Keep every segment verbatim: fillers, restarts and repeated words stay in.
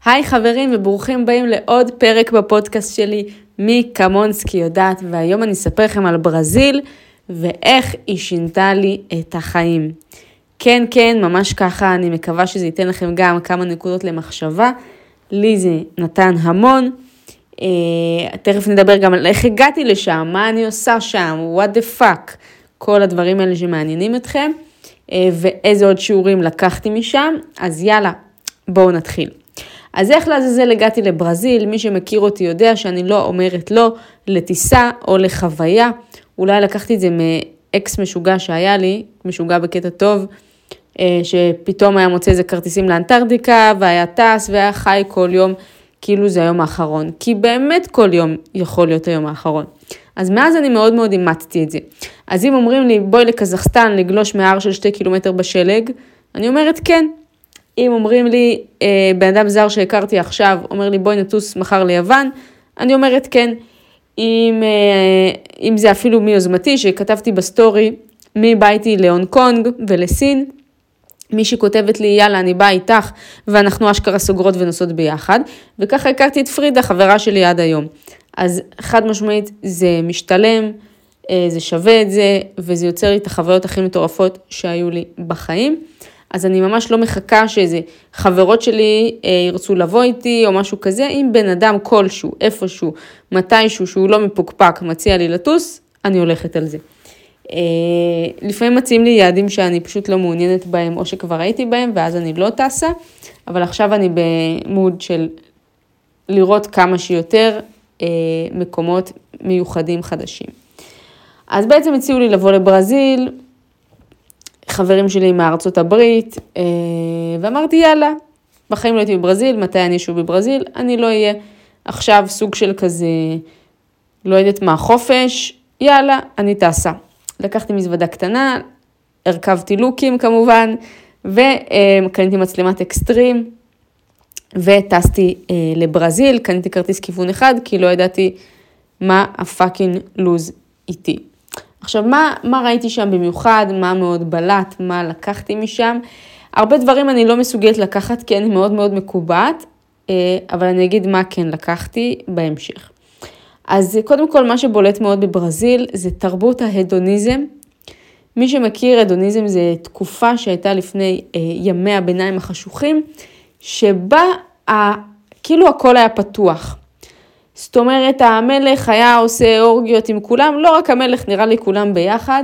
היי חברים וברוכים באים לעוד פרק בפודקאסט שלי, מי כמונסקי יודעת, והיום אני אספר לכם על ברזיל ואיך היא שינתה לי את החיים. כן, כן, ממש ככה, אני מקווה שזה ייתן לכם גם כמה נקודות למחשבה. לי זה נתן המון. אה, תכף נדבר גם על איך הגעתי לשם, מה אני עושה שם, what the fuck, כל הדברים האלה שמעניינים אתכם, אה, ואיזה עוד שיעורים לקחתי משם. אז יאללה, בואו נתחיל. אז איך לעזאזל הגעתי לברזיל? מי שמכיר אותי יודע שאני לא אומרת לא לטיסה או לחוויה. אולי לקחתי את זה מאקס משוגע שהיה לי, משוגע בקטע טוב, שפתאום היה מוצא איזה כרטיסים לאנטרקטיקה, והיה טס והיה חי כל יום, כאילו זה היום האחרון. כי באמת כל יום יכול להיות היום האחרון. אז מאז אני מאוד מאוד אימצתי את זה. אז אם אומרים לי, בואי לקזחסטן לגלוש מהר של שתי קילומטר בשלג, אני אומרת כן. אם אומרים לי, אה, בן אדם זר שהכרתי עכשיו, אומר לי בואי נטוס מחר ליוון, אני אומרת כן. אם, אה, אם זה אפילו מיוזמתי, שכתבתי בסטורי, מביתי להונג קונג ולסין, מי שכותבת לי יאללה אני באה איתך, ואנחנו אשכרה סוגרות ונוסעות ביחד, וככה הכרתי את פרידה, חברה שלי עד היום. אז חד משמעית זה משתלם, אה, זה שווה את זה, וזה יוצר לי את החוויות הכי מטורפות שהיו לי בחיים. אז אני ממש לא מחכה שאיזה חברות שלי אה, ירצו לבוא איתי או משהו כזה. אם בן אדם כלשהו, איפשהו, מתישהו שהוא לא מפוקפק, מציע לי לטוס, אני הולכת על זה. אה, לפעמים מציעים לי יעדים שאני פשוט לא מעוניינת בהם או שכבר הייתי בהם ואז אני לא טסה, אבל עכשיו אני במוד של לראות כמה שיותר אה, מקומות מיוחדים חדשים. אז בעצם הציעו לי לבוא לברזיל, חברים שלי מארצות הברית, ואמרתי יאללה, בחיים לא הייתי בברזיל, מתי אני אשוב בברזיל? אני לא אהיה עכשיו סוג של כזה, לא יודעת מה, חופש, יאללה, אני טסה. לקחתי מזוודה קטנה, הרכבתי לוקים כמובן, וקניתי מצלמת אקסטרים, וטסתי לברזיל, קניתי כרטיס כיוון אחד, כי לא ידעתי מה הפאקינג לוז איתי. עכשיו, מה, מה ראיתי שם במיוחד, מה מאוד בלט, מה לקחתי משם? הרבה דברים אני לא מסוגלת לקחת, כי אני מאוד מאוד מקובעת, אבל אני אגיד מה כן לקחתי בהמשך. אז קודם כל, מה שבולט מאוד בברזיל, זה תרבות ההדוניזם. מי שמכיר, הדוניזם זה תקופה שהייתה לפני ימי הביניים החשוכים, שבה כאילו הכל היה פתוח. זאת אומרת, המלך היה עושה אורגיות עם כולם, לא רק המלך, נראה לי כולם ביחד,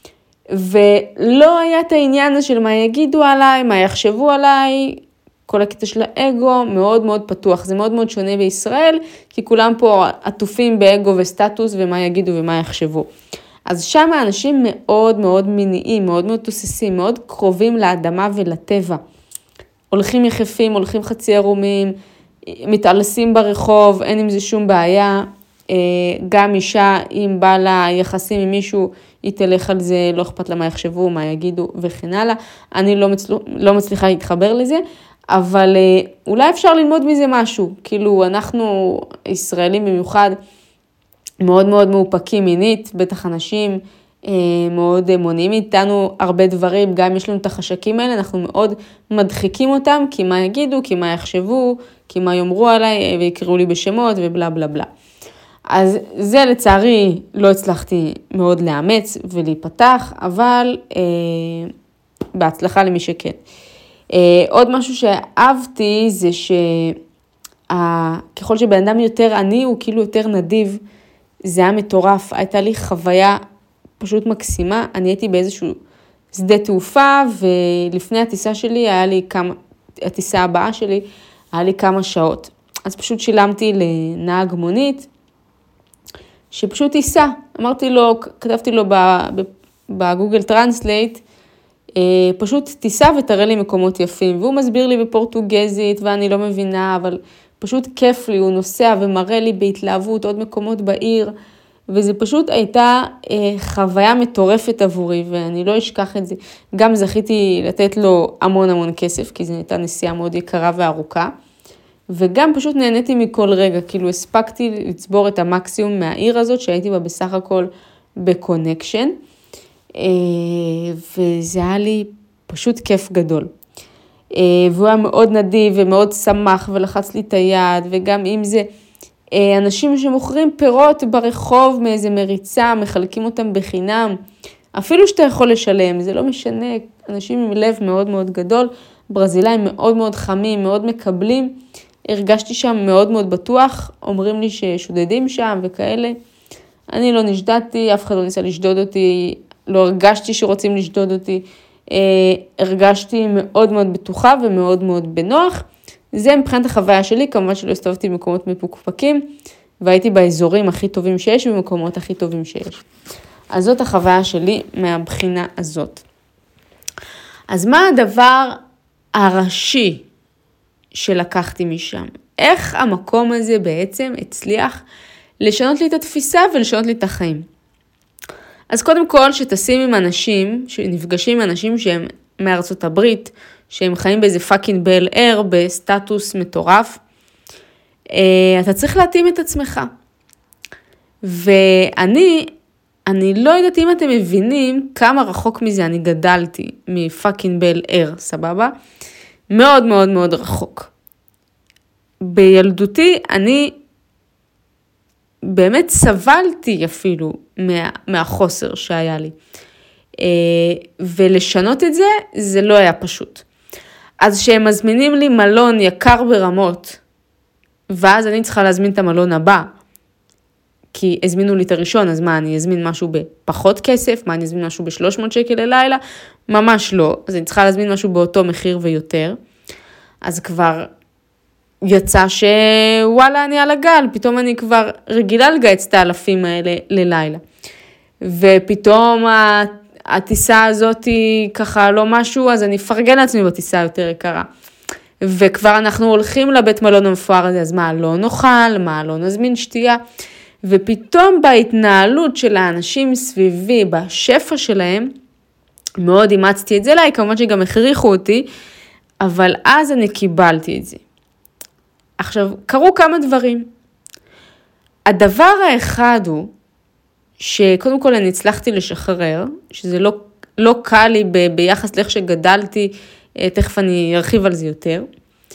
ולא היה את העניין של מה יגידו עליי, מה יחשבו עליי, כל הקטע של האגו מאוד מאוד פתוח, זה מאוד מאוד שונה בישראל, כי כולם פה עטופים באגו וסטטוס ומה יגידו ומה יחשבו. אז שם האנשים מאוד מאוד מיניים, מאוד מאוד תוססים, מאוד קרובים לאדמה ולטבע. הולכים יחפים, הולכים חצי ערומים, מתעלסים ברחוב, אין עם זה שום בעיה, גם אישה, אם בא לה יחסים עם מישהו, היא תלך על זה, לא אכפת לה מה יחשבו, מה יגידו וכן הלאה. אני לא, מצל... לא מצליחה להתחבר לזה, אבל אולי אפשר ללמוד מזה משהו. כאילו אנחנו ישראלים במיוחד מאוד מאוד מאופקים מינית, בטח אנשים מאוד מונעים איתנו הרבה דברים, גם אם יש לנו את החשקים האלה, אנחנו מאוד מדחיקים אותם, כי מה יגידו, כי מה יחשבו, כי מה יאמרו עליי ויקראו לי בשמות ובלה בלה בלה. אז זה לצערי לא הצלחתי מאוד לאמץ ולהיפתח, אבל אה, בהצלחה למי שכן. אה, עוד משהו שאהבתי זה שככל שבן אדם יותר עני הוא כאילו יותר נדיב, זה היה מטורף, הייתה לי חוויה פשוט מקסימה, אני הייתי באיזשהו שדה תעופה, ולפני הטיסה שלי היה לי כמה, הטיסה הבאה שלי, היה לי כמה שעות. אז פשוט שילמתי לנהג מונית, שפשוט טיסה. אמרתי לו, כתבתי לו בגוגל טרנסלייט, פשוט טיסה ותראה לי מקומות יפים. והוא מסביר לי בפורטוגזית, ואני לא מבינה, אבל פשוט כיף לי, הוא נוסע ומראה לי בהתלהבות עוד מקומות בעיר, וזה פשוט הייתה אה, חוויה מטורפת עבורי, ואני לא אשכח את זה. גם זכיתי לתת לו המון המון כסף, כי זו הייתה נסיעה מאוד יקרה וארוכה, וגם פשוט נהניתי מכל רגע, כאילו הספקתי לצבור את המקסימום מהעיר הזאת, שהייתי בה בסך הכל בקונקשן, אה, וזה היה לי פשוט כיף גדול. והוא היה מאוד נדיב ומאוד שמח ולחץ לי את היד, וגם אם זה אנשים שמוכרים פירות ברחוב מאיזה מריצה, מחלקים אותם בחינם, אפילו שאתה יכול לשלם, זה לא משנה, אנשים עם לב מאוד מאוד גדול, ברזילאים מאוד מאוד חמים, מאוד מקבלים, הרגשתי שם מאוד מאוד בטוח, אומרים לי ששודדים שם וכאלה, אני לא נשדדתי, אף אחד לא ניסה לשדוד אותי, לא הרגשתי שרוצים לשדוד אותי, הרגשתי מאוד מאוד בטוחה ומאוד מאוד בנוח, זה מבחינת החוויה שלי, כמובן שלא הסתובבתי במקומות מפוקפקים, והייתי באזורים הכי טובים שיש, במקומות הכי טובים שיש. אז זאת החוויה שלי מהבחינה הזאת. אז מה הדבר הראשי שלקחתי משם? איך המקום הזה בעצם הצליח לשנות לי את התפיסה ולשנות לי את החיים? אז קודם כל, שתשים עם אנשים, שנפגשים עם אנשים שהם מארצות הברית, שהם חיים באיזה פאקינג בל אר, בסטטוס מטורף, אתה צריך להתאים את עצמך. ואני, אני לא יודעת אם אתם מבינים כמה רחוק מזה אני גדלתי מפאקינג בל אר, סבבה? מאוד מאוד מאוד רחוק. בילדותי אני באמת סבלתי אפילו מה, מהחוסר שהיה לי. ולשנות את זה, זה לא היה פשוט. אז שהם מזמינים לי מלון יקר ברמות, ואז אני צריכה להזמין את המלון הבא, כי הזמינו לי את הראשון, אז מה, אני אזמין משהו בפחות כסף? מה, אני אזמין משהו ב-שלוש מאות שקל ללילה? ממש לא. אז אני צריכה להזמין משהו באותו מחיר ויותר. אז כבר יצא שוואלה, אני על הגל, פתאום אני כבר רגילה לגייס את האלפים האלה ללילה. ופתאום הטיסה הזאת היא ככה לא משהו, אז אני אפרגן לעצמי בטיסה יותר יקרה. וכבר אנחנו הולכים לבית מלון המפואר הזה, אז מה, לא נאכל, מה, לא נזמין שתייה. ופתאום בהתנהלות של האנשים סביבי, בשפע שלהם, מאוד אימצתי את זה אליי, כמובן שגם הכריחו אותי, אבל אז אני קיבלתי את זה. עכשיו, קרו כמה דברים. הדבר האחד הוא, שקודם כל אני הצלחתי לשחרר, שזה לא, לא קל לי ב, ביחס לאיך שגדלתי, תכף אני ארחיב על זה יותר.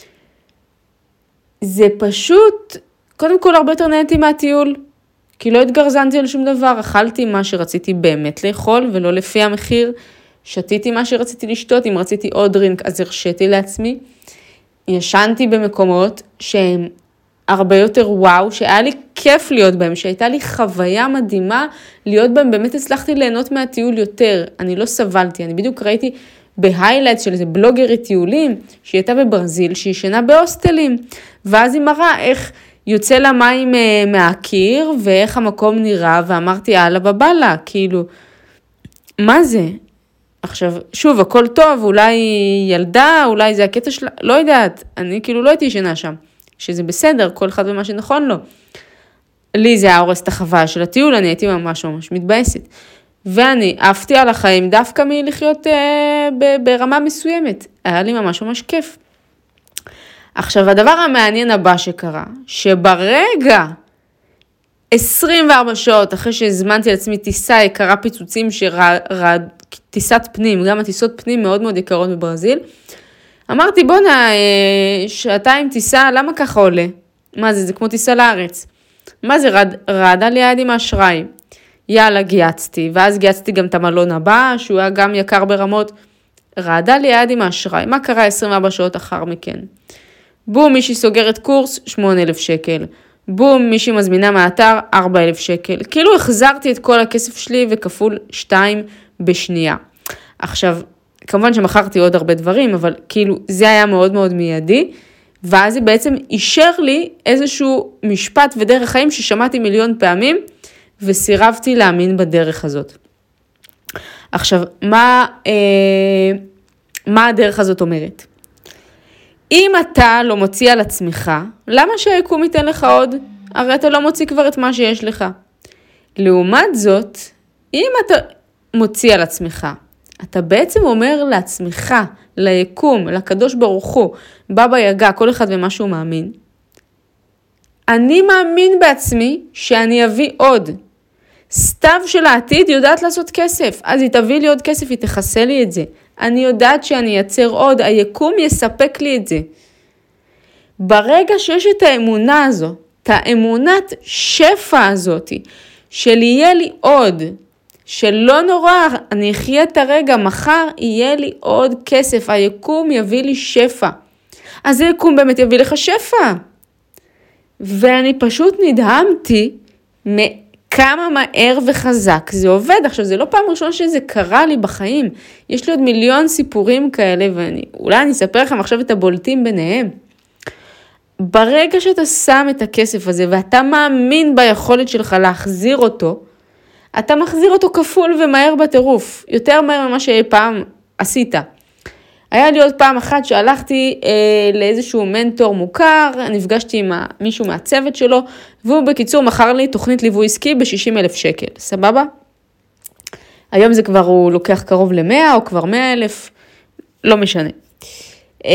זה פשוט, קודם כל הרבה יותר נהניתי מהטיול, כי לא התגרזנתי על שום דבר, אכלתי מה שרציתי באמת לאכול, ולא לפי המחיר, שתיתי מה שרציתי לשתות, אם רציתי עוד דרינק, אז הרשיתי לעצמי. ישנתי במקומות שהם הרבה יותר וואו, שהיה לי כיף להיות בהם, שהייתה לי חוויה מדהימה להיות בהם, באמת הצלחתי ליהנות מהטיול יותר, אני לא סבלתי, אני בדיוק ראיתי בהיילייטס של איזה בלוגרית טיולים, שהיא הייתה בברזיל, שהיא ישנה בהוסטלים, ואז היא מראה איך יוצא לה מים מהקיר, ואיך המקום נראה, ואמרתי, יאללה בבאללה, כאילו, מה זה? עכשיו, שוב, הכל טוב, אולי ילדה, אולי זה הקטע שלה, לא יודעת, אני כאילו לא הייתי ישנה שם, שזה בסדר, כל אחד במה שנכון לו. לי זה היה הורס את החוויה של הטיול, אני הייתי ממש ממש מתבאסת. ואני עפתי על החיים דווקא מלחיות אה, ברמה מסוימת. היה לי ממש ממש כיף. עכשיו, הדבר המעניין הבא שקרה, שברגע עשרים וארבע שעות אחרי שהזמנתי לעצמי טיסה יקרה פיצוצים, שרד, טיסת פנים, גם הטיסות פנים מאוד מאוד יקרות בברזיל, אמרתי, בונה, שעתיים טיסה, למה ככה עולה? מה זה? זה כמו טיסה לארץ. מה זה? רד, רעדה לי היד עם האשראי. יאללה, גייצתי, ואז גייצתי גם את המלון הבא, שהוא היה גם יקר ברמות. רעדה לי היד עם האשראי. מה קרה עשרים וארבע שעות אחר מכן? בום, מישהי סוגרת קורס, שמונה אלף שקל. בום, מישהי מזמינה מהאתר, ארבעה אלף שקל. כאילו החזרתי את כל הכסף שלי וכפול שתיים בשנייה. עכשיו, כמובן שמכרתי עוד הרבה דברים, אבל כאילו זה היה מאוד מאוד מיידי, ואז זה בעצם אישר לי איזשהו משפט ודרך חיים ששמעתי מיליון פעמים, וסירבתי להאמין בדרך הזאת. עכשיו, מה, אה, מה הדרך הזאת אומרת? אם אתה לא מוציא על עצמך, למה שהיקום ייתן לך עוד? הרי אתה לא מוציא כבר את מה שיש לך. לעומת זאת, אם אתה מוציא על עצמך, אתה בעצם אומר לעצמך, ליקום, לקדוש ברוך הוא, בבא יגע, כל אחד ומה שהוא מאמין. אני מאמין בעצמי שאני אביא עוד. סתיו של העתיד יודעת לעשות כסף, אז היא תביא לי עוד כסף, היא תחסה לי את זה. אני יודעת שאני אייצר עוד, היקום יספק לי את זה. ברגע שיש את האמונה הזו, את האמונת שפע הזאת, של יהיה לי עוד, שלא נורא, אני אחיה את הרגע, מחר יהיה לי עוד כסף, היקום יביא לי שפע. אז היקום באמת יביא לך שפע. ואני פשוט נדהמתי מכמה מהר וחזק זה עובד. עכשיו, זה לא פעם ראשונה שזה קרה לי בחיים. יש לי עוד מיליון סיפורים כאלה, ואולי אני אספר לכם עכשיו את הבולטים ביניהם. ברגע שאתה שם את הכסף הזה, ואתה מאמין ביכולת שלך להחזיר אותו, אתה מחזיר אותו כפול ומהר בטירוף, יותר מהר ממה שאי פעם עשית. היה לי עוד פעם אחת שהלכתי אה, לאיזשהו מנטור מוכר, נפגשתי עם מישהו מהצוות שלו, והוא בקיצור מכר לי תוכנית ליווי עסקי ב-שישים אלף שקל, סבבה? היום זה כבר הוא לוקח קרוב ל-מאה או כבר מאה אלף, לא משנה. אה,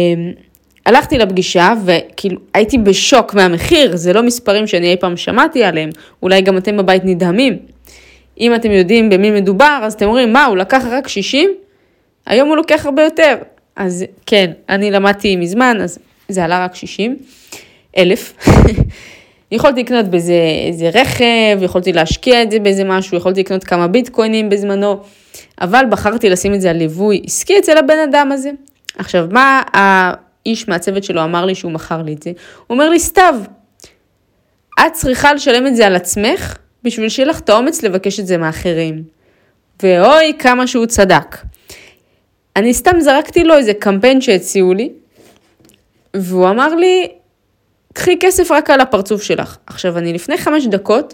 הלכתי לפגישה וכאילו הייתי בשוק מהמחיר, זה לא מספרים שאני אי פעם שמעתי עליהם, אולי גם אתם בבית נדהמים. אם אתם יודעים במי מדובר, אז אתם אומרים, מה, הוא לקח רק שישים? היום הוא לוקח הרבה יותר. אז כן, אני למדתי מזמן, אז זה עלה רק שישים אלף. יכולתי לקנות באיזה איזה רכב, יכולתי להשקיע את זה באיזה משהו, יכולתי לקנות כמה ביטקוינים בזמנו, אבל בחרתי לשים את זה על ליווי עסקי אצל הבן אדם הזה. עכשיו, מה האיש מהצוות שלו אמר לי שהוא מכר לי את זה? הוא אומר לי, סתיו, את צריכה לשלם את זה על עצמך, בשביל שיהיה לך את האומץ לבקש את זה מאחרים. ואוי, כמה שהוא צדק. אני סתם זרקתי לו איזה קמפיין שהציעו לי, והוא אמר לי, קחי כסף רק על הפרצוף שלך. עכשיו, אני לפני חמש דקות,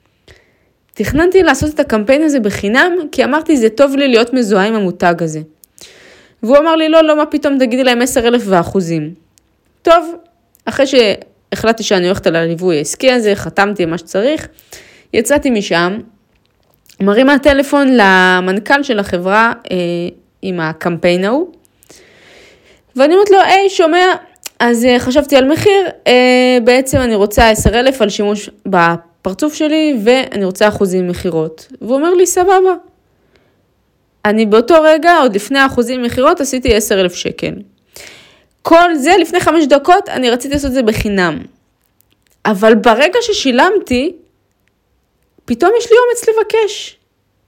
תכננתי לעשות את הקמפיין הזה בחינם, כי אמרתי, זה טוב לי להיות מזוהה עם המותג הזה. והוא אמר לי, לא, לא, מה פתאום, תגידי להם עשרת אלפים ואחוזים. טוב, אחרי שהחלטתי שאני הולכת על הליווי העסקי הזה, חתמתי מה שצריך, יצאתי משם, מרימה טלפון למנכ"ל של החברה אה, עם הקמפיין ההוא, ואני אומרת לו, היי, שומע, אז אה, חשבתי על מחיר, אה, בעצם אני רוצה עשרת אלפים על שימוש בפרצוף שלי, ואני רוצה אחוזים מחירות. והוא אומר לי, סבבה. אני באותו רגע, עוד לפני האחוזים מחירות, עשיתי עשרת אלפים שקל. כל זה, לפני חמש דקות, אני רציתי לעשות את זה בחינם. אבל ברגע ששילמתי, פתאום יש לי אומץ לבקש.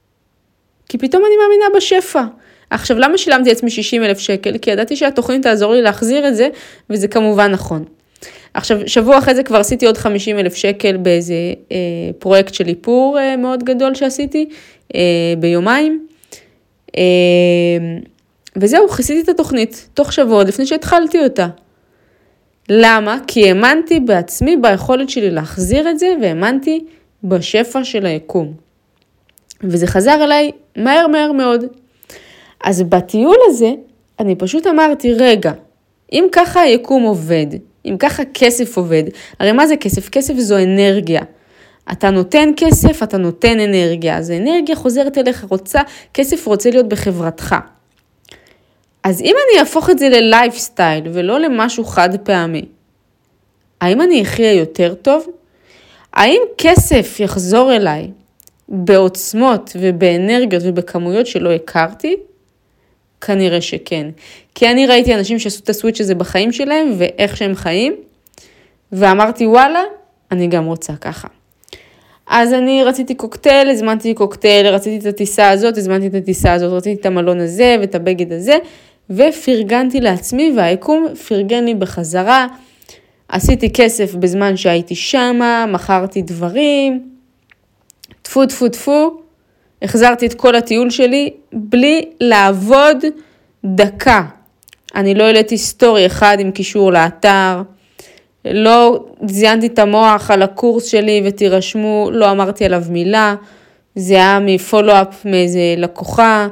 כי פתאום אני מאמינה בשפע. עכשיו, למה שילמתי עצמי שישים אלף שקל? כי ידעתי שהתוכנית תעזור לי להחזיר את זה, וזה כמובן נכון. עכשיו, שבוע אחרי זה כבר עשיתי עוד חמישים אלף שקל באיזה אה, פרויקט של איפור אה, מאוד גדול שעשיתי, אה, ביומיים. אה, וזהו, חיסיתי את התוכנית, תוך שבוע, לפני שהתחלתי אותה. למה? כי האמנתי בעצמי ביכולת שלי להחזיר את זה, והאמנתי בשפע של היקום. וזה חזר אליי מהר מהר מאוד. אז בטיול הזה, אני פשוט אמרתי, רגע, אם ככה היקום עובד, אם ככה כסף עובד, הרי מה זה כסף? כסף זו אנרגיה. אתה נותן כסף, אתה נותן אנרגיה. אז האנרגיה חוזרת אליך, רוצה, כסף רוצה להיות בחברתך. אז אם אני אהפוך את זה ללייפסטייל ולא למשהו חד פעמי, האם אני אחיה יותר טוב? האם כסף יחזור אליי בעוצמות ובאנרגיות ובכמויות שלא הכרתי? כנראה שכן. כי אני ראיתי אנשים שעשו את הסוויץ' הזה בחיים שלהם ואיך שהם חיים, ואמרתי וואלה, אני גם רוצה ככה. אז אני רציתי קוקטייל, הזמנתי קוקטייל, רציתי את הטיסה הזאת, הזמנתי את הטיסה הזאת, רציתי את המלון הזה ואת הבגד הזה, ופרגנתי לעצמי והיקום פרגן לי בחזרה. עשיתי כסף בזמן שהייתי שמה, מכרתי דברים, טפו טפו טפו, החזרתי את כל הטיול שלי בלי לעבוד דקה. אני לא העליתי סטורי אחד עם קישור לאתר, לא זיינתי את המוח על הקורס שלי ותירשמו, לא אמרתי עליו מילה, זה היה מפולו-אפ מאיזה לקוחה,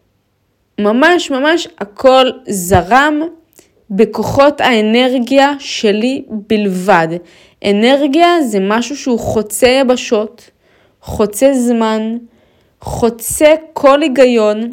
ממש ממש הכל זרם בכוחות האנרגיה שלי בלבד. אנרגיה זה משהו שהוא חוצה יבשות, חוצה זמן, חוצה כל היגיון,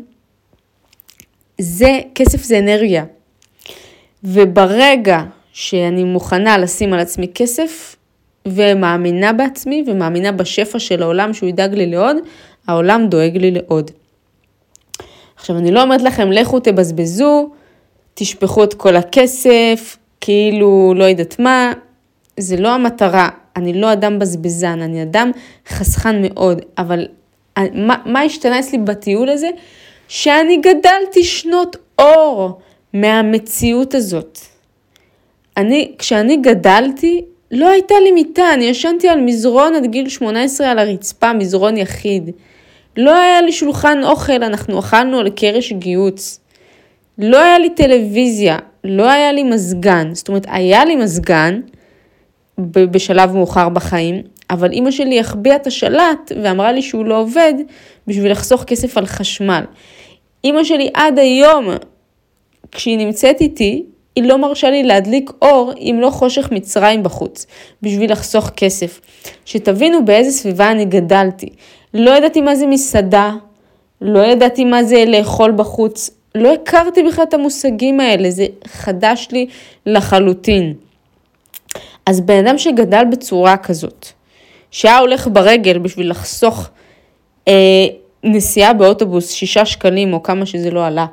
זה, כסף זה אנרגיה. וברגע שאני מוכנה לשים על עצמי כסף, ומאמינה בעצמי, ומאמינה בשפע של העולם שהוא ידאג לי לעוד, העולם דואג לי לעוד. עכשיו, אני לא אומרת לכם, לכו תבזבזו, תשפכו את כל הכסף, כאילו לא יודעת מה, זה לא המטרה. אני לא אדם בזבזן, אני אדם חסכן מאוד, אבל מה, מה השתנה אצלי בטיול הזה? שאני גדלתי שנות אור מהמציאות הזאת. אני, כשאני גדלתי, לא הייתה לי מיטה, אני ישנתי על מזרון עד גיל שמונה עשרה על הרצפה, מזרון יחיד. לא היה לי שולחן אוכל, אנחנו אכלנו על קרש גיוץ. לא היה לי טלוויזיה, לא היה לי מזגן, זאת אומרת, היה לי מזגן בשלב מאוחר בחיים, אבל אמא שלי החביאה את השלט ואמרה לי שהוא לא עובד בשביל לחסוך כסף על חשמל. אמא שלי עד היום, כשהיא נמצאת איתי, היא לא מרשה לי להדליק אור אם לא חושך מצרים בחוץ, בשביל לחסוך כסף. שתבינו באיזה סביבה אני גדלתי. לא ידעתי מה זה מסעדה, לא ידעתי מה זה לאכול בחוץ, לא הכרתי בכלל את המושגים האלה, זה חדש לי לחלוטין. אז בן אדם שגדל בצורה כזאת, שהיה הולך ברגל בשביל לחסוך אה, נסיעה באוטובוס, שישה שקלים או כמה שזה לא עלה,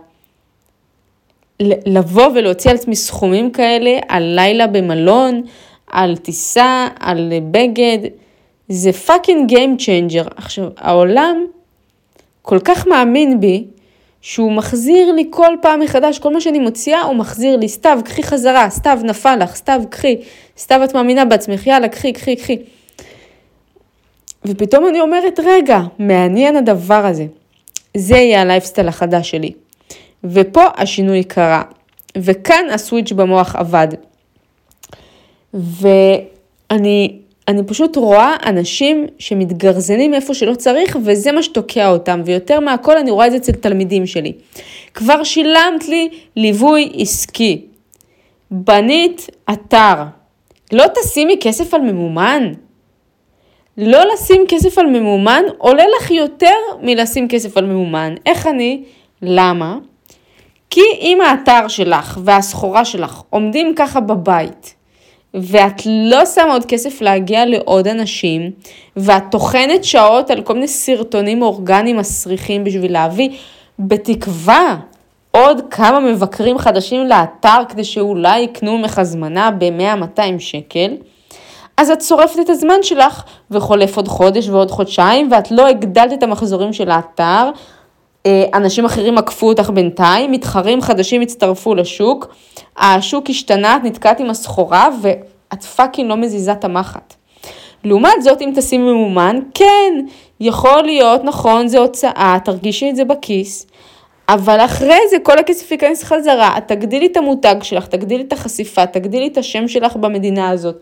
לבוא ולהוציא על עצמי סכומים כאלה, על לילה במלון, על טיסה, על בגד, זה fucking game changer. עכשיו, העולם כל כך מאמין בי, שהוא מחזיר לי כל פעם מחדש, כל מה שאני מוציאה הוא מחזיר לי, סתיו, קחי חזרה, סתיו נפל לך, סתיו קחי, סתיו את מאמינה בעצמך, יאללה, קחי, קחי, קחי. ופתאום אני אומרת, רגע, מעניין הדבר הזה. זה יהיה הלייפסטייל החדש שלי. ופה השינוי קרה. וכאן הסוויץ' במוח עבד. ואני אני פשוט רואה אנשים שמתגרזנים איפה שלא צריך, וזה מה שתוקע אותם. ויותר מהכל אני רואה את זה אצל תלמידים שלי. כבר שילמת לי ליווי עסקי. בנית אתר. לא תשימי כסף על ממומן. לא לשים כסף על ממומן עולה לך יותר מלשים כסף על ממומן. איך אני? למה? כי אם האתר שלך והסחורה שלך עומדים ככה בבית, ואת לא שמה עוד כסף להגיע לעוד אנשים, ואת תוכנת שעות על כל מיני סרטונים אורגניים מסריחים בשביל להביא בתקווה עוד כמה מבקרים חדשים לאתר, כדי שאולי יקנו ממך הזמנה ב-מאה מאתיים שקל, אז את שורפת את הזמן שלך, וחולף עוד חודש ועוד חודשיים, ואת לא הגדלת את המחזורים של האתר, אנשים אחרים עקפו אותך בינתיים, מתחרים חדשים הצטרפו לשוק, השוק השתנה, את נתקעת עם הסחורה, ואת פאקינג לא מזיזה את המחט. לעומת זאת, אם תשים ממומן, כן, יכול להיות, נכון, זה הוצאה, תרגישי את זה בכיס, אבל אחרי זה כל הכסף ייכנס חזרה, את תגדילי את המותג שלך, תגדילי את החשיפה, תגדילי את השם שלך במדינה הזאת,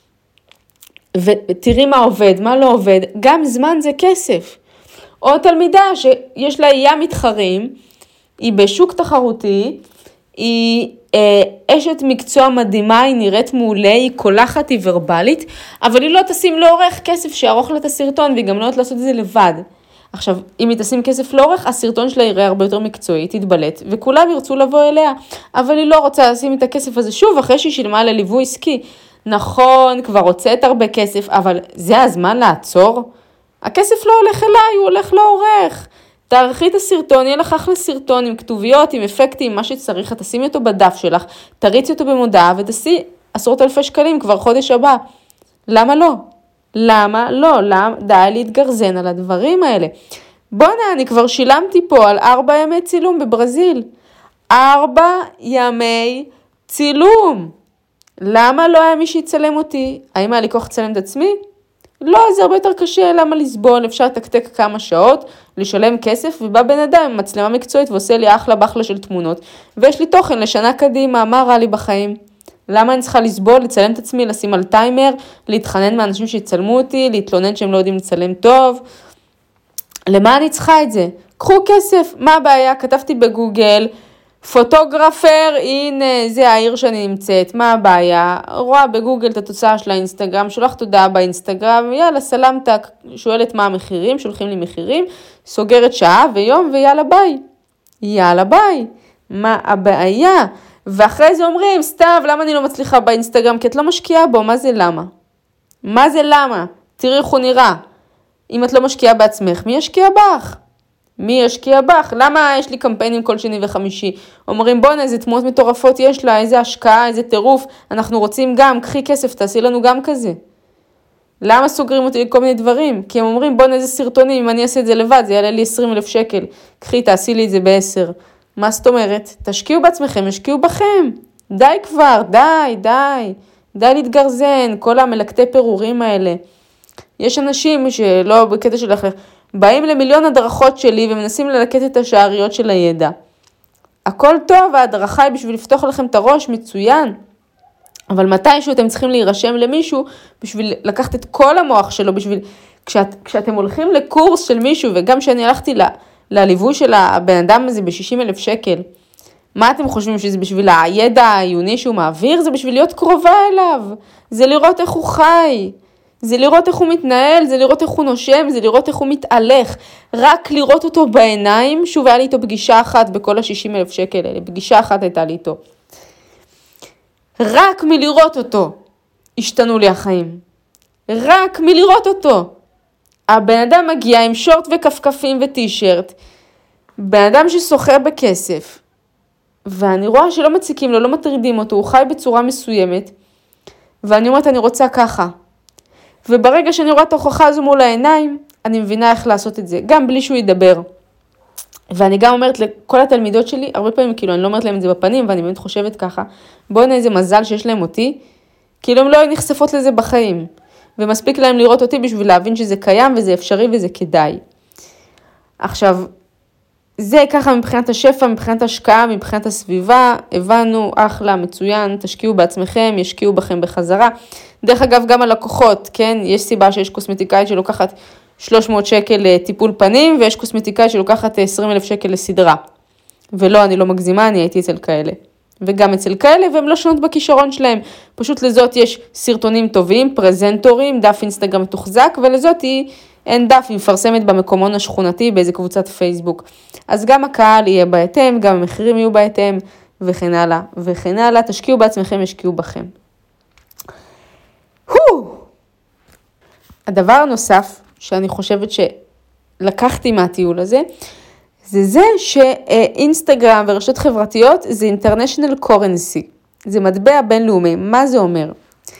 ותראי מה עובד, מה לא עובד, גם זמן זה כסף. או תלמידה שיש לה ים מתחרים, היא בשוק תחרותי, היא אה, אשת מקצוע מדהימה, היא נראית מעולה, היא קולחת, היא ורבלית, אבל היא לא תשים לאורך כסף שיערוך לה את הסרטון, והיא גם לא יודעת לעשות את זה לבד. עכשיו, אם היא תשים כסף לאורך, הסרטון שלה יראה הרבה יותר מקצועי, תתבלט, וכולם ירצו לבוא אליה, אבל היא לא רוצה לשים את הכסף הזה שוב, אחרי שהיא שילמה לליווי עסקי. נכון, כבר הוצאת הרבה כסף, אבל זה הזמן לעצור? הכסף לא הולך אליי, הוא הולך לעורך. תערכי את הסרטון, יהיה לך אחלה סרטון עם כתוביות, עם אפקטים, מה שצריך, תשימי אותו בדף שלך, תריצי אותו במודעה ותעשי עשרות אלפי שקלים כבר חודש הבא. למה לא? למה לא? למה? די להתגרזן על הדברים האלה. בוא'נה, אני כבר שילמתי פה על ארבע ימי צילום בברזיל. ארבע ימי צילום. למה לא היה מי שיצלם אותי? האם היה לי כוח לצלם את עצמי? לא, זה הרבה יותר קשה, למה לסבול? אפשר לתקתק כמה שעות, לשלם כסף, ובא בן אדם עם מצלמה מקצועית ועושה לי אחלה בחלה של תמונות, ויש לי תוכן לשנה קדימה, מה רע לי בחיים? למה אני צריכה לסבול, לצלם את עצמי, לשים על טיימר, להתחנן מאנשים שיצלמו אותי, להתלונן שהם לא יודעים לצלם טוב? למה אני צריכה את זה? קחו כסף, מה הבעיה? כתבתי בגוגל, פוטוגרפר, הנה, זה העיר שאני נמצאת, מה הבעיה? רואה בגוגל את התוצאה של האינסטגרם, שולח תודעה באינסטגרם, יאללה, סלמתק, שואלת מה המחירים, שולחים לי מחירים, סוגרת שעה ויום ויאללה ביי. יאללה ביי. מה הבעיה? ואחרי זה אומרים, סתיו, למה אני לא מצליחה באינסטגרם? כי את לא משקיעה בו, מה זה למה? מה זה למה? תראי איך הוא נראה. אם את לא משקיעה בעצמך, מי ישקיע בך? מי ישקיע בך? למה יש לי קמפיינים כל שני וחמישי? אומרים, בואנה, איזה תמונות מטורפות יש לה, איזה השקעה, איזה טירוף, אנחנו רוצים גם, קחי כסף, תעשי לנו גם כזה. למה סוגרים אותי כל מיני דברים? כי הם אומרים, בואנה, איזה סרטונים, אם אני אעשה את זה לבד, זה יעלה לי עשרים אלף שקל. קחי, תעשי לי את זה בעשר. מה זאת אומרת? תשקיעו בעצמכם, השקיעו בכם. די כבר, די, די. די להתגרזן, כל המלקטי פירורים האלה. יש אנשים שלא בקטע שלך, באים למיליון הדרכות שלי ומנסים ללקט את השעריות של הידע. הכל טוב, ההדרכה היא בשביל לפתוח לכם את הראש, מצוין. אבל מתישהו אתם צריכים להירשם למישהו בשביל לקחת את כל המוח שלו, בשביל, כשאת, כשאתם הולכים לקורס של מישהו, וגם כשאני הלכתי ל, לליווי של הבן אדם הזה ב-שישים אלף שקל, מה אתם חושבים שזה בשביל הידע העיוני שהוא מעביר? זה בשביל להיות קרובה אליו. זה לראות איך הוא חי. זה לראות איך הוא מתנהל, זה לראות איך הוא נושם, זה לראות איך הוא מתהלך. רק לראות אותו בעיניים, שוב היה לי איתו פגישה אחת בכל ה-שישים אלף שקל האלה, פגישה אחת הייתה לי איתו. רק מלראות אותו השתנו לי החיים. רק מלראות אותו. הבן אדם מגיע עם שורט וכפכפים וטישרט. בן אדם שסוחר בכסף. ואני רואה שלא מציקים לו, לא מטרידים אותו, הוא חי בצורה מסוימת. ואני אומרת, אני רוצה ככה. וברגע שאני רואה את ההוכחה הזו מול העיניים, אני מבינה איך לעשות את זה, גם בלי שהוא ידבר. ואני גם אומרת לכל התלמידות שלי, הרבה פעמים כאילו אני לא אומרת להם את זה בפנים, ואני באמת חושבת ככה, בואו נהיה איזה מזל שיש להם אותי, כאילו הם לא נחשפות לזה בחיים. ומספיק להם לראות אותי בשביל להבין שזה קיים וזה אפשרי וזה כדאי. עכשיו, זה ככה מבחינת השפע, מבחינת השקעה, מבחינת הסביבה, הבנו, אחלה, מצוין, תשקיעו בעצמכם, ישקיעו בכם בחזרה. דרך אגב, גם הלקוחות, כן, יש סיבה שיש קוסמטיקאית שלוקחת שלוש מאות שקל לטיפול פנים, ויש קוסמטיקאית שלוקחת עשרים אלף שקל לסדרה. ולא, אני לא מגזימה, אני הייתי אצל כאלה. וגם אצל כאלה, והם לא שונות בכישרון שלהם. פשוט לזאת יש סרטונים טובים, פרזנטורים, דף אינסטגרם מתוחזק, ולזאת היא אין דף, היא מפרסמת במקומון השכונתי באיזה קבוצת פייסבוק. אז גם הקהל יהיה בהתאם, גם המחירים יהיו בהתאם, וכן הלאה, וכן הלאה. תשקיעו בעצמכם, ישקיעו בכם. הו! הדבר הנוסף שאני חושבת שלקחתי מהטיול הזה, זה זה שאינסטגרם ורשתות חברתיות זה international currency. זה מטבע בינלאומי. מה זה אומר?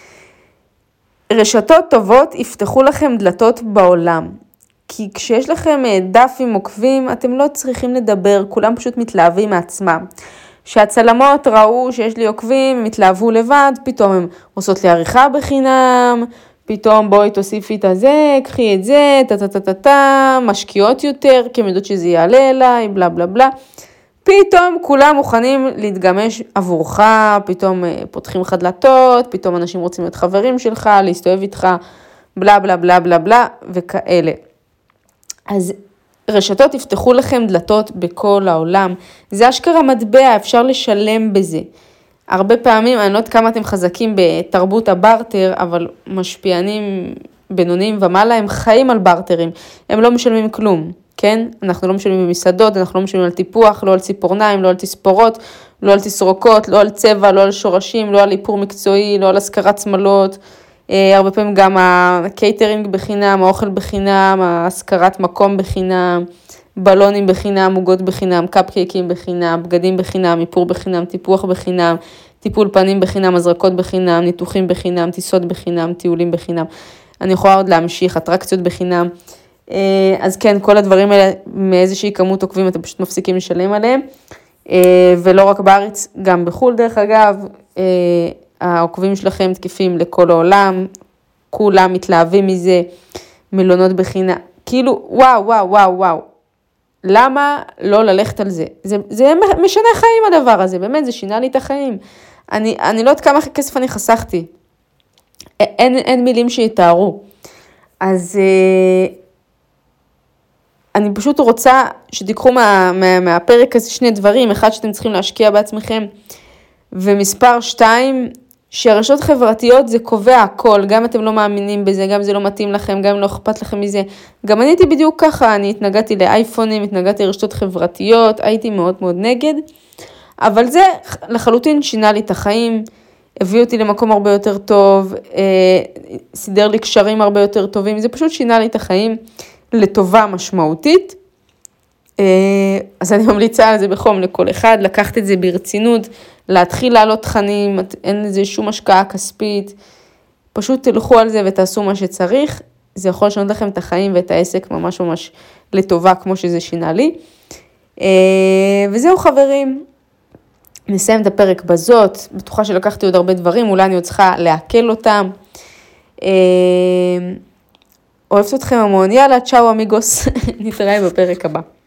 רשתות טובות יפתחו לכם דלתות בעולם. כי כשיש לכם דף עם עוקבים, אתם לא צריכים לדבר, כולם פשוט מתלהבים מעצמם. שהצלמות ראו שיש לי עוקבים, הם מתלהבו לבד, פתאום הם עושות לי עריכה בחינם, פתאום בואי תוסיפי את הזה, קחי את זה, טה-טה-טה-טה, משקיעות יותר, כי הם יודעות שזה יעלה אליי, בלה בלה בלה. פתאום כולם מוכנים להתגמש עבורך, פתאום פותחים לך דלתות, פתאום אנשים רוצים להיות חברים שלך, להסתובב איתך, בלה בלה בלה בלה בלה, וכאלה. אז רשתות יפתחו לכם דלתות בכל העולם. זה אשכרה מטבע, אפשר לשלם בזה. הרבה פעמים, אני לא יודעת כמה אתם חזקים בתרבות הברטר, אבל משפיענים בינוניים ומעלה, הם חיים על ברטרים. הם לא משלמים כלום, כן? אנחנו לא משלמים במסעדות, אנחנו לא משלמים על טיפוח, לא על ציפורניים, לא על תספורות, לא על תסרוקות, לא על צבע, לא על שורשים, לא על איפור מקצועי, לא על הזכרת שמלות. הרבה פעמים גם הקייטרינג בחינם, האוכל בחינם, הזכרת מקום בחינם, בלונים בחינם, עוגות בחינם, קפקייקים בחינם, בגדים בחינם, איפור בחינם, טיפוח בחינם, טיפול פנים בחינם, הזרקות בחינם, ניתוחים בחינם, טיסות בחינם, טיולים בחינם. אני יכולה עוד להמשיך, אטרקציות בחינם. אז כן, כל הדברים האלה, מאיזושהי כמות עוקבים, אתם פשוט מפסיקים לשלם עליהם. ולא רק בארץ, גם בחול דרך אגב, העוקבים שלכם תקפים לכל העולם, כולם מתלהבים מזה, מלונות בחינם. כאילו, וואו, וואו, וואו, וואו. למה לא ללכת על זה? זה, זה משנה חיים הדבר הזה, באמת זה שינה לי את החיים. אני, אני לא יודעת כמה כסף אני חסכתי. אין, אין מילים שיתארו. אז אני פשוט רוצה שתיקחו מה, מה, מהפרק הזה שני דברים, אחד שאתם צריכים להשקיע בעצמכם, ומספר שתיים, שרשתות חברתיות זה קובע הכל, גם אתם לא מאמינים בזה, גם זה לא מתאים לכם, גם לא אכפת לכם מזה. גם אני הייתי בדיוק ככה, אני התנגדתי לאייפונים, התנגדתי לרשתות חברתיות, הייתי מאוד מאוד נגד, אבל זה לחלוטין שינה לי את החיים, הביא אותי למקום הרבה יותר טוב, סידר לי קשרים הרבה יותר טובים, זה פשוט שינה לי את החיים לטובה משמעותית, אז אני ממליצה על זה בחום לכל אחד, לקחת את זה ברצינות, להתחיל לעלות תכנים, אין לזה שום השקעה כספית, פשוט תלכו על זה ותעשו מה שצריך, זה יכול לשנות לכם את החיים ואת העסק ממש ממש לטובה, כמו שזה שינה לי. וזהו חברים, נסיים את הפרק בזאת, בטוחה שלקחתי עוד הרבה דברים, אולי אני עוד צריכה להקל אותם. אוהבת אתכם המון, יאללה, צ'או אמיגוס, נתראה בפרק הבא.